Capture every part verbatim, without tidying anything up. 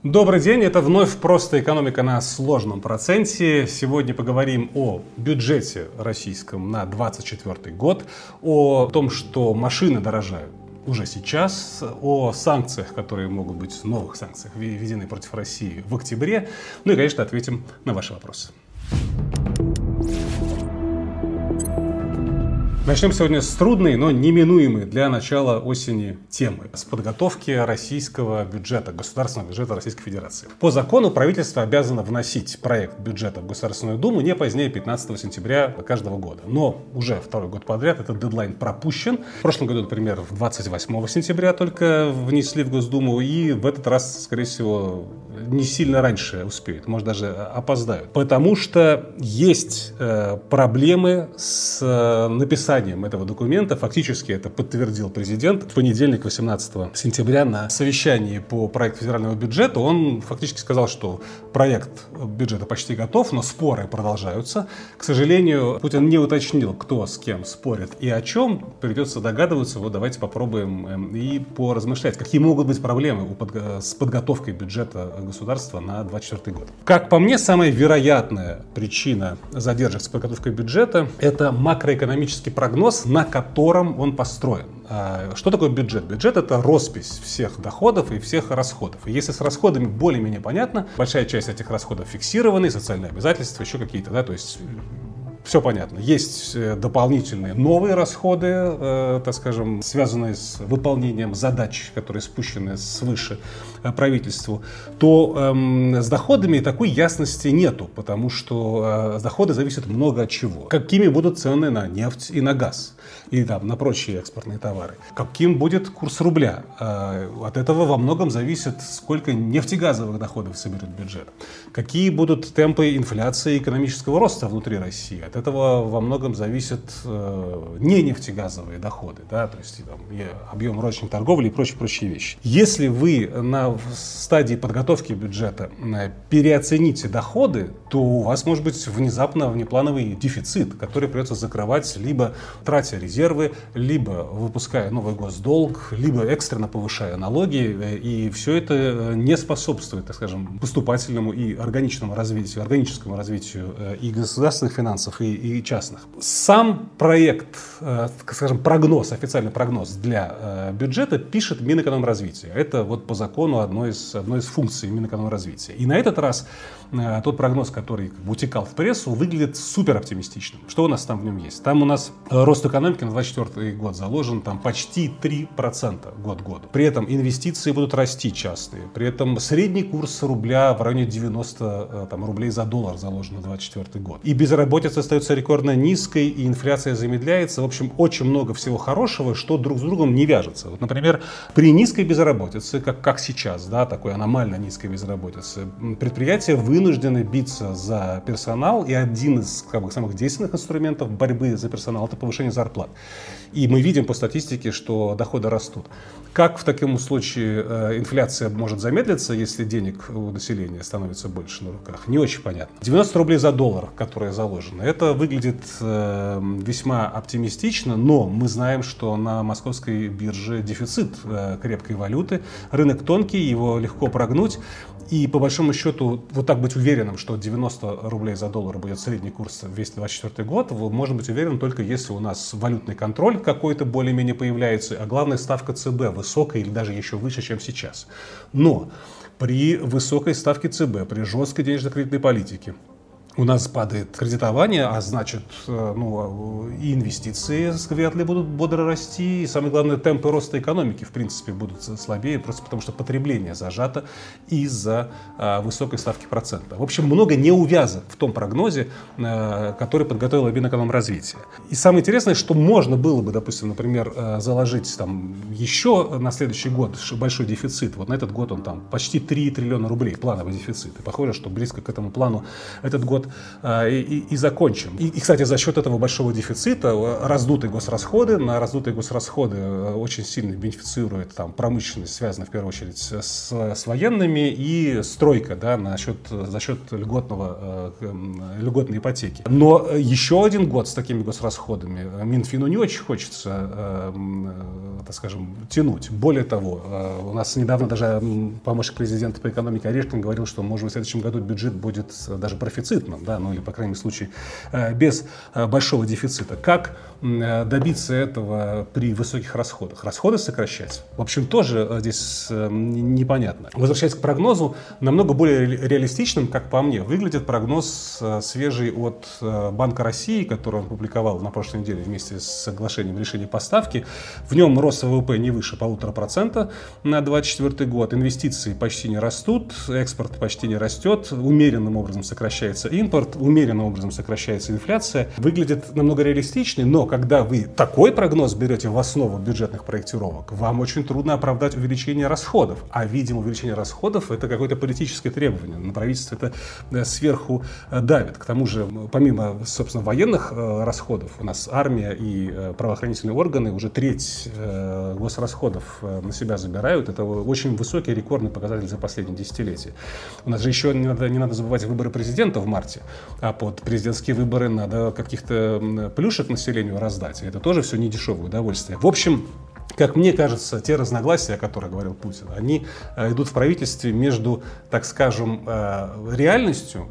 Добрый день, это вновь «Просто экономика на сложном проценте». Сегодня поговорим о бюджете российском на двадцать четвёртый год, о том, что машины дорожают уже сейчас, о санкциях, которые могут быть, новых санкциях, введены против России в октябре. Ну и, конечно, ответим на ваши вопросы. Начнем сегодня с трудной, но неминуемой для начала осени темы. С подготовки российского бюджета, государственного бюджета Российской Федерации. По закону правительство обязано вносить проект бюджета в Государственную Думу не позднее пятнадцатого сентября каждого года. Но уже второй год подряд этот дедлайн пропущен. В прошлом году, например, двадцать восьмого сентября только внесли в Госдуму. И в этот раз, скорее всего, не сильно раньше успеют. Может, даже опоздают. Потому что есть э, проблемы с э, написанием этого документа. Фактически это подтвердил президент. В понедельник, восемнадцатого сентября, на совещании по проекту федерального бюджета он фактически сказал, что проект бюджета почти готов, но споры продолжаются. К сожалению, Путин не уточнил, кто с кем спорит и о чем. Придется догадываться. Вот давайте попробуем и поразмышлять, какие могут быть проблемы у подго- с подготовкой бюджета государства на двадцать четвёртый год. Как по мне, самая вероятная причина задержек с подготовкой бюджета – это макроэкономический прогноз, прогноз, на котором он построен. Что такое бюджет? Бюджет — это роспись всех доходов и всех расходов. И если с расходами более-менее понятно, большая часть этих расходов фиксированы, социальные обязательства, еще какие-то, да, то есть все понятно. Есть дополнительные новые расходы, э, так скажем, связанные с выполнением задач, которые спущены свыше э, правительству, то э, с доходами такой ясности нету, потому что э, доходы зависят много от чего. Какими будут цены на нефть и на газ, и там, на прочие экспортные товары. Каким будет курс рубля. Э, от этого во многом зависит, сколько нефтегазовых доходов соберет бюджет. Какие будут темпы инфляции и экономического роста внутри России. От этого во многом зависят э, не нефтегазовые доходы, да, то есть там, объем розничной торговли и прочие-прочие вещи. Если вы на стадии подготовки бюджета э, переоцените доходы, то у вас может быть внезапно внеплановый дефицит, который придется закрывать либо тратя резервы, либо выпуская новый госдолг, либо экстренно повышая налоги, э, и все это не способствует, так скажем, поступательному и органичному развитию, органическому развитию э, и государственных финансов, и и частных. Сам проект, э, скажем, прогноз, официальный прогноз для э, бюджета пишет Минэкономразвития. Это вот по закону одной из, одной из функций Минэкономразвития. И на этот раз э, тот прогноз, который как бы утекал в прессу, выглядит супер оптимистичным. Что у нас там в нем есть? Там у нас э, рост экономики на двадцать четвёртый год заложен там почти три процента год к году. При этом инвестиции будут расти частые. При этом средний курс рубля в районе девяноста э, там, рублей за доллар заложен на двадцать четвёртый год. И безработица остается рекордно низкой, и инфляция замедляется. В общем, очень много всего хорошего, что друг с другом не вяжется. Вот, например, при низкой безработице, как, как сейчас, да, такой аномально низкой безработице, предприятия вынуждены биться за персонал, и один из как бы, самых действенных инструментов борьбы за персонал — это повышение зарплат. И мы видим по статистике, что доходы растут. Как в таком случае э, инфляция может замедлиться, если денег у населения становится больше на руках? Не очень понятно. девяносто рублей за доллар, которые заложены, это выглядит э, весьма оптимистично, но мы знаем, что на московской бирже дефицит э, крепкой валюты, рынок тонкий, его легко прогнуть. И по большому счету, вот так быть уверенным, что девяносто рублей за доллар будет средний курс весь двадцать четвёртый год, можно быть уверенным только если у нас валютный контроль какой-то более-менее появляется, а главное ставка ЦБ высокая или даже еще выше, чем сейчас. Но при высокой ставке ЦБ, при жесткой денежно-кредитной политике, у нас падает кредитование, а значит, ну, и инвестиции вряд ли будут бодро расти, и самое главное, темпы роста экономики, в принципе, будут слабее, просто потому что потребление зажато из-за а, высокой ставки процента. В общем, много неувязок в том прогнозе, а, который подготовила Минэкономразвития. И самое интересное, что можно было бы, допустим, например, заложить там еще на следующий год большой дефицит. Вот на этот год он там почти три триллиона рублей, плановый дефицит. И похоже, что близко к этому плану этот год вот и, и, и закончим. И, и, кстати, за счет этого большого дефицита раздутые госрасходы, на раздутые госрасходы очень сильно бенефицирует там промышленность, связанная в первую очередь с, с военными, и стройка, да, на счет, за счет льготного, льготной ипотеки. Но еще один год с такими госрасходами Минфину не очень хочется, так скажем, тянуть. Более того, у нас недавно даже помощник президента по экономике Орешкин говорил, что, может быть, в следующем году бюджет будет даже профицитным, да, ну или, по крайней мере, случае без большого дефицита. Как добиться этого при высоких расходах? Расходы сокращать? В общем, тоже здесь непонятно. Возвращаясь к прогнозу, намного более реалистичным, как по мне, выглядит прогноз свежий от Банка России, который он публиковал на прошлой неделе вместе с соглашением решения по ставке. В нем рост ВВП не выше полутора процента на двадцать четвёртый год, инвестиции почти не растут, экспорт почти не растет, умеренным образом сокращается импорт, умеренным образом сокращается инфляция. Выглядит намного реалистичнее, но когда вы такой прогноз берете в основу бюджетных проектировок, вам очень трудно оправдать увеличение расходов. А, видимо, увеличение расходов — это какое-то политическое требование. На правительство это сверху давит. К тому же, помимо, собственно, военных расходов, у нас армия и правоохранительные органы уже треть госрасходов на себя забирают. Это очень высокий рекордный показатель за последние десятилетия. У нас же еще не надо, не надо забывать выборы президента в марте, а под президентские выборы надо каких-то плюшек населению раздать. И это тоже все недешевое удовольствие. В общем, как мне кажется, те разногласия, о которых говорил Путин, они идут в правительстве между, так скажем, реальностью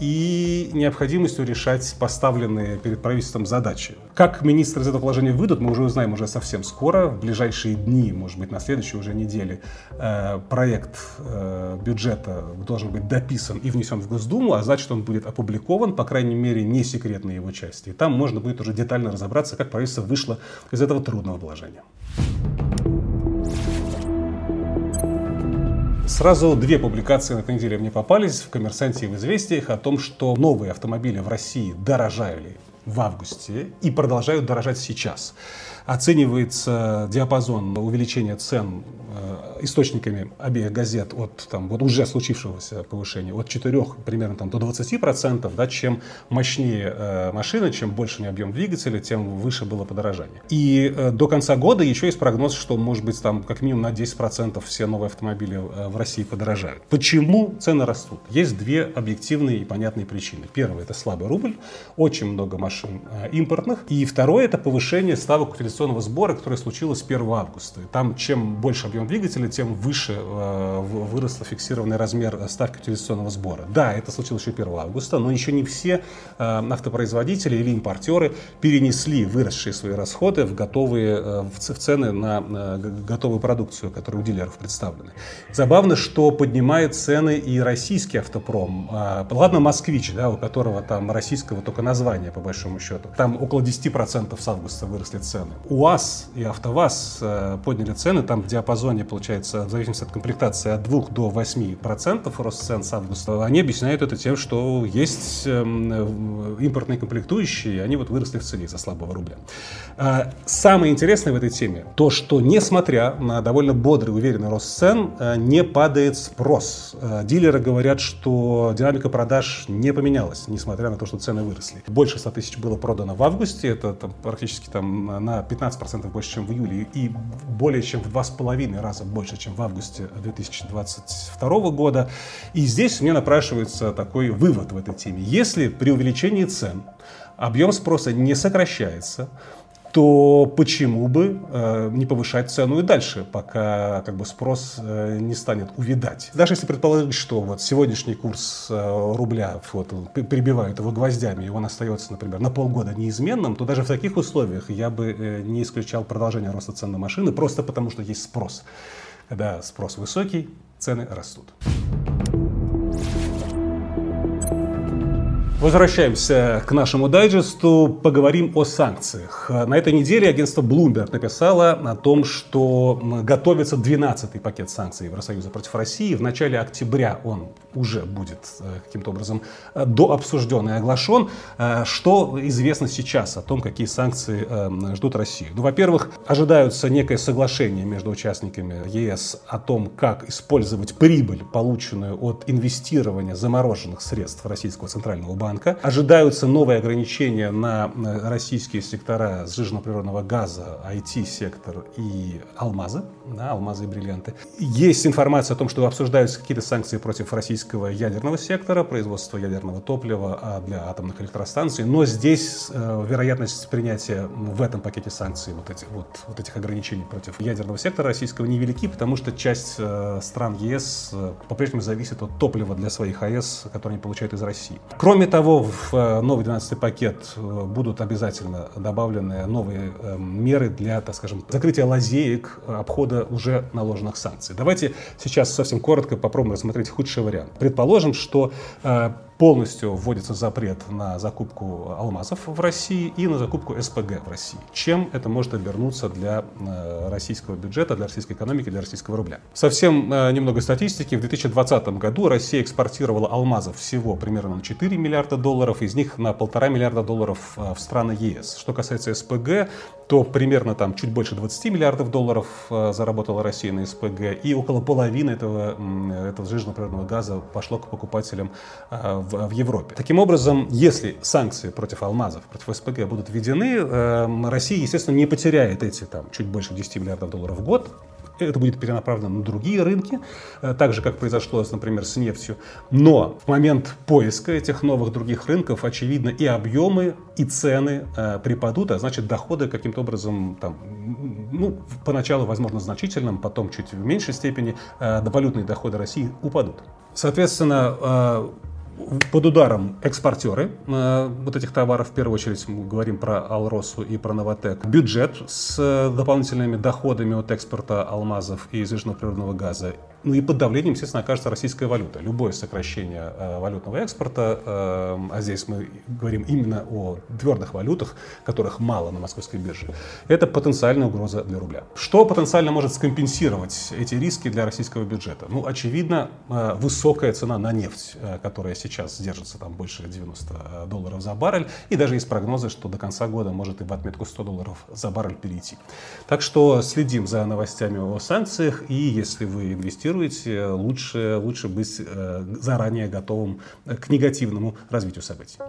и необходимостью решать поставленные перед правительством задачи. Как министры из этого положения выйдут, мы уже узнаем уже совсем скоро, в ближайшие дни, может быть, на следующей уже неделе, э, проект э, бюджета должен быть дописан и внесен в Госдуму, а значит, он будет опубликован, по крайней мере, не секретные его части. И там можно будет уже детально разобраться, как правительство вышло из этого трудного положения. Сразу две публикации на этой неделе мне попались в «Коммерсанте» и в «Известиях» о том, что новые автомобили в России дорожали в августе и продолжают дорожать сейчас. Оценивается диапазон увеличения цен э, источниками обеих газет от там, вот уже случившегося повышения от четырёх примерно там, до двадцати процентов. Да, чем мощнее э, машина, чем больше объем двигателя, тем выше было подорожание. И э, до конца года еще есть прогноз, что может быть там как минимум на десять процентов все новые автомобили э, в России подорожают. Почему цены растут? Есть две объективные и понятные причины. Первое — это слабый рубль, очень много машин э, импортных. И второе — это повышение ставок утилизационного сбора, которое случилось с первого августа. Там чем больше объем двигателя, тем выше э, вырос фиксированный размер ставки утилизационного сбора. Да, это случилось еще первого августа, но еще не все э, автопроизводители или импортеры перенесли выросшие свои расходы в готовые э, в цены на э, готовую продукцию, которая у дилеров представлена. Забавно, что поднимает цены и российский автопром. Э, ладно, «Москвич», да, у которого там российского только названия, по большому счету. Там около десяти процентов с августа выросли цены. УАЗ и АвтоВАЗ э, подняли цены, там в диапазоне, получается, в зависимости от комплектации, от двух до восьми процентов рост цен с августа. Они объясняют это тем, что есть э, импортные комплектующие, и они вот выросли в цене из-за слабого рубля. Э, самое интересное в этой теме то, что несмотря на довольно бодрый, уверенный рост цен, э, не падает спрос. Э, дилеры говорят, что динамика продаж не поменялась, несмотря на то, что цены выросли. Больше ста тысяч было продано в августе, это там, практически там, на пятнадцать процентов больше, чем в июле, и более чем в два с половиной раза больше, чем в августе две тысячи двадцать второго года. И здесь мне напрашивается такой вывод в этой теме. Если при увеличении цен объем спроса не сокращается, то почему бы э, не повышать цену и дальше, пока как бы, спрос э, не станет увядать. Даже если предположить, что вот, сегодняшний курс э, рубля вот, прибивают его гвоздями, и он остается, например, на полгода неизменным, то даже в таких условиях я бы э, не исключал продолжение роста цен на машины, просто потому что есть спрос. Когда спрос высокий, цены растут. Возвращаемся к нашему дайджесту, поговорим о санкциях. На этой неделе агентство Bloomberg написало о том, что готовится двенадцатый пакет санкций Евросоюза против России. В начале октября он уже будет каким-то образом дообсужден и оглашен. Что известно сейчас о том, какие санкции ждут Россию? Ну, во-первых, ожидаются некое соглашение между участниками ЕС о том, как использовать прибыль, полученную от инвестирования замороженных средств Российского центрального банка Центробанка. Ожидаются новые ограничения на российские сектора сжиженного природного газа, ай ти-сектор и алмазы, да, алмазы и бриллианты. Есть информация о том, что обсуждаются какие-то санкции против российского ядерного сектора, производства ядерного топлива для атомных электростанций, но здесь э, вероятность принятия в этом пакете санкций вот, эти, вот, вот этих ограничений против ядерного сектора российского невелики, потому что часть э, стран ЕС э, по-прежнему зависит от топлива для своих АЭС, которые они получают из России. Кроме того, в э, новый двенадцатый пакет э, будут обязательно добавлены новые э, меры для, так скажем, закрытия лазеек обхода уже наложенных санкций. Давайте сейчас совсем коротко попробуем рассмотреть худший вариант. Предположим, что э, полностью вводится запрет на закупку алмазов в России и на закупку эс пэ гэ в России. Чем это может обернуться для э, российского бюджета, для российской экономики, для российского рубля? Совсем э, немного статистики. В две тысячи двадцатом году Россия экспортировала алмазов всего примерно на четыре миллиарда долларов, из них на полтора миллиарда долларов э, в страны ЕС. Что касается эс пэ гэ, то примерно там чуть больше двадцати миллиардов долларов э, заработала Россия на эс пэ гэ, и около половины этого, э, этого сжиженного природного газа пошло к покупателям э, в, в Европе. Таким образом, если санкции против алмазов, против эс пэ гэ будут введены, э, Россия, естественно, не потеряет эти там чуть больше десяти миллиардов долларов в год. Это будет перенаправлено на другие рынки, так же, как произошло, например, с нефтью. Но в момент поиска этих новых других рынков, очевидно, и объемы, и цены э, припадут, а значит, доходы каким-то образом, там, ну, поначалу, возможно, значительным, потом чуть в меньшей степени, э, валютные доходы России упадут. Соответственно, э, под ударом экспортеры э, вот этих товаров, в первую очередь мы говорим про Алросу и про Новотек, бюджет с э, дополнительными доходами от экспорта алмазов и сжиженного природного газа. Ну и под давлением, естественно, окажется российская валюта. Любое сокращение э, валютного экспорта, э, а здесь мы говорим именно о твердых валютах, которых мало на московской бирже, это потенциальная угроза для рубля. Что потенциально может скомпенсировать эти риски для российского бюджета? Ну, очевидно, э, высокая цена на нефть, э, которая сейчас держится там больше девяноста долларов за баррель, и даже есть прогнозы, что до конца года может и в отметку сто долларов за баррель перейти. Так что следим за новостями о санкциях, и если вы инвестируете, лучше, лучше быть э, заранее готовым к негативному развитию событий.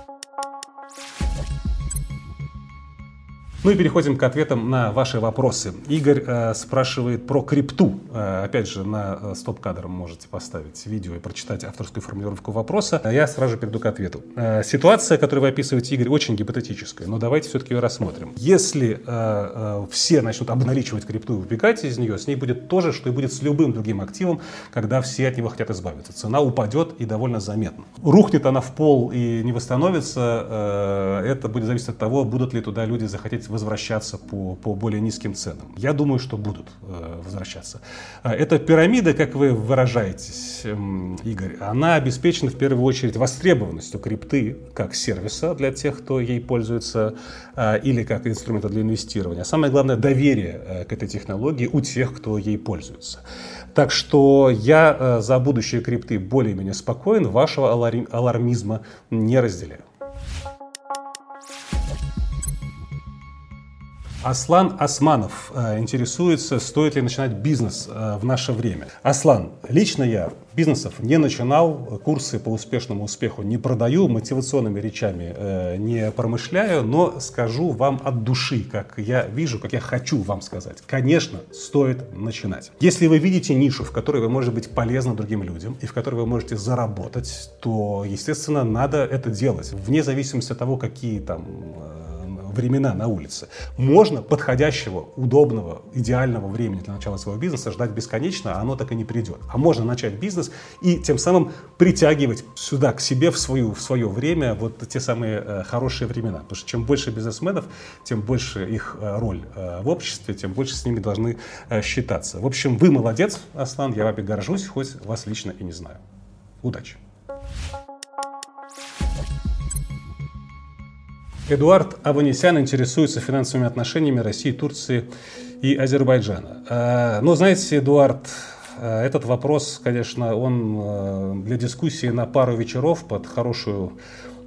Ну и переходим к ответам на ваши вопросы. Игорь э, спрашивает про крипту. Э, опять же, на э, стоп-кадр можете поставить видео и прочитать авторскую формулировку вопроса. Я сразу же перейду к ответу. Э, ситуация, которую вы описываете, Игорь, очень гипотетическая, но давайте все-таки ее рассмотрим. Если э, э, все начнут обналичивать крипту и убегать из нее, с ней будет то же, что и будет с любым другим активом, когда все от него хотят избавиться. Цена упадет и довольно заметно. Рухнет она в пол и не восстановится, э, это будет зависеть от того, будут ли туда люди захотеть возвращаться по, по более низким ценам. Я думаю, что будут э, возвращаться. Эта пирамида, как вы выражаетесь, э, Игорь, она обеспечена в первую очередь востребованностью крипты как сервиса для тех, кто ей пользуется, э, или как инструмента для инвестирования. А самое главное, доверие э, к этой технологии у тех, кто ей пользуется. Так что я э, за будущее крипты более-менее спокоен, вашего аларми- алармизма не разделяю. Аслан Османов э, интересуется, стоит ли начинать бизнес э, в наше время. Аслан, лично я бизнесов не начинал, курсы по успешному успеху не продаю, мотивационными речами э, не промышляю, но скажу вам от души, как я вижу, как я хочу вам сказать. Конечно, стоит начинать. Если вы видите нишу, в которой вы можете быть полезны другим людям и в которой вы можете заработать, то, естественно, надо это делать, вне зависимости от того, какие там времена на улице. Можно подходящего, удобного, идеального времени для начала своего бизнеса ждать бесконечно, а оно так и не придет. А можно начать бизнес и тем самым притягивать сюда, к себе в, свою, в свое время вот те самые э, хорошие времена. Потому что чем больше бизнесменов, тем больше их э, роль э, в обществе, тем больше с ними должны э, считаться. В общем, вы молодец, Аслан, я вами горжусь, хоть вас лично и не знаю. Удачи! Эдуард Аванесян интересуется финансовыми отношениями России, Турции и Азербайджана. Но знаете, Эдуард, этот вопрос, конечно, он для дискуссии на пару вечеров под хорошую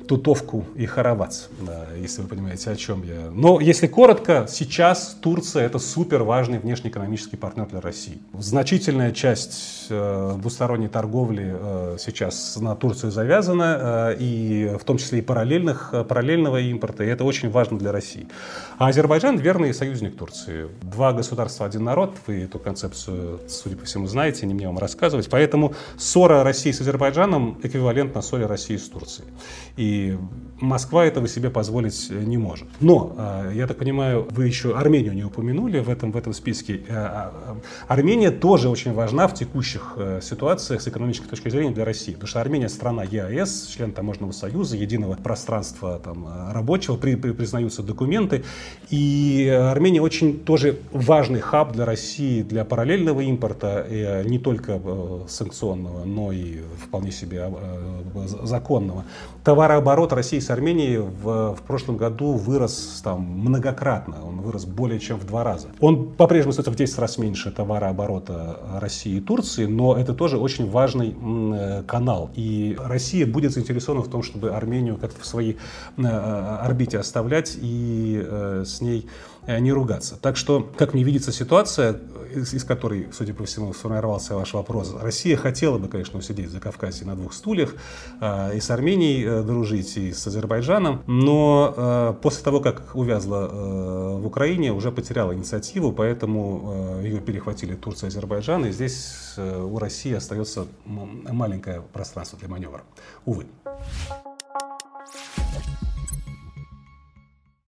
Тутовку и Харавац, да, если вы понимаете, о чем я. Но если коротко, сейчас Турция — это супер важный внешнеэкономический партнер для России. Значительная часть э, двусторонней торговли э, сейчас на Турцию завязана, э, и в том числе и параллельных, параллельного импорта, и это очень важно для России. А Азербайджан — верный союзник Турции. Два государства, один народ, вы эту концепцию, судя по всему, знаете, не мне вам рассказывать, поэтому ссора России с Азербайджаном эквивалентна ссоре России с Турцией. И Москва этого себе позволить не может. Но, я так понимаю, вы еще Армению не упомянули в этом, в этом списке. Армения тоже очень важна в текущих ситуациях с экономической точки зрения для России. Потому что Армения — страна ЕАЭС, член Таможенного союза, единого пространства там, рабочего, при, при, признаются документы. И Армения очень тоже важный хаб для России, для параллельного импорта, не только санкционного, но и вполне себе законного. Товарооборот России с Арменией в, в прошлом году вырос там многократно, он вырос более чем в два раза. Он по-прежнему остается в десять раз меньше товарооборота России и Турции, но это тоже очень важный м, канал. И Россия будет заинтересована в том, чтобы Армению как-то в своей э, орбите оставлять и э, с ней не ругаться. Так что, как мне видится ситуация, из, из которой, судя по всему, сформировался ваш вопрос, Россия хотела бы, конечно, усидеть в Закавказье на двух стульях, э, и с Арменией э, дружить, и с Азербайджаном, но э, после того, как увязла э, в Украине, уже потеряла инициативу, поэтому э, ее перехватили Турция и Азербайджан, и здесь э, у России остается маленькое пространство для маневра. Увы.